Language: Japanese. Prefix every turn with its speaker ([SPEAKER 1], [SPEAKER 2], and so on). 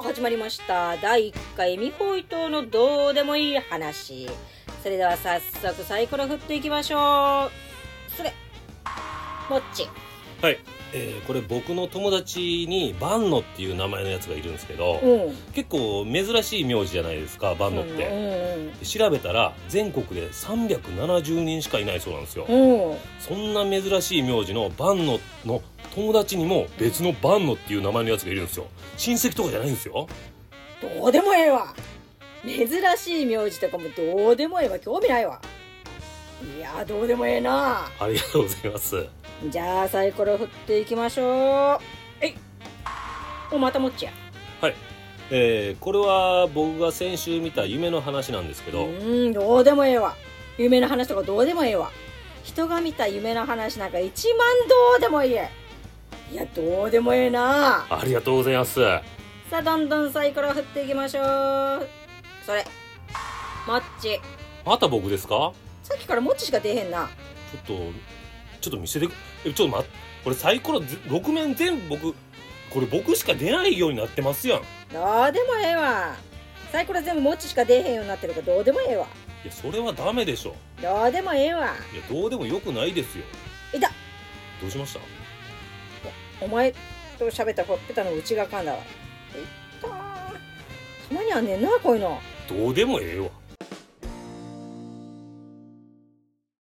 [SPEAKER 1] 始まりました第1回ミホイ島のどうでもいい話。それでは早速サイコロ振っていきましょう。それもっち。
[SPEAKER 2] はい、これ僕の友達にバンノっていう名前のやつがいるんですけど、結構珍しい名字じゃないですか、バンノって、調べたら全国で370人しかいないそうなんですよ。そんな珍しい名字のバンノの友達にも別のバンノっていう名前のやつがいるんですよ。親戚とかじゃないんですよ。
[SPEAKER 1] どうでもええわ。珍しい名字とかもどうでもええわ。興味ないわ。いやどうでもええな。
[SPEAKER 2] ありがとうございます。
[SPEAKER 1] じゃあサイコロ振っていきましょう。またもっちや。
[SPEAKER 2] はい、これは僕が先週見た夢の話なんですけど、
[SPEAKER 1] どうでもええわ。夢の話とかどうでもええわ。人が見た夢の話なんか1万どうでもいい。いやどうでもええな。
[SPEAKER 2] ありがとうございます。
[SPEAKER 1] さあどんどんサイコロ振っていきましょう。それもっち。
[SPEAKER 2] また僕ですか？
[SPEAKER 1] さっきからもっちしか出へんな。
[SPEAKER 2] ちょっと見せて。ちょっと待って、これサイコロ6面全部僕しか出ないようになってますやん。
[SPEAKER 1] どうでもええわ。サイコロ全部もっちしか出へんようになってるからどうでもええわ。
[SPEAKER 2] いやそれはダメでしょ。
[SPEAKER 1] どうでもええわ。
[SPEAKER 2] いやどうでもよくないですよ。
[SPEAKER 1] いた。
[SPEAKER 2] どうしました？
[SPEAKER 1] お前と喋ったほっぺたの内側かんだわ。いったー。たまにはねんなこういうの。
[SPEAKER 2] どうでもええわ。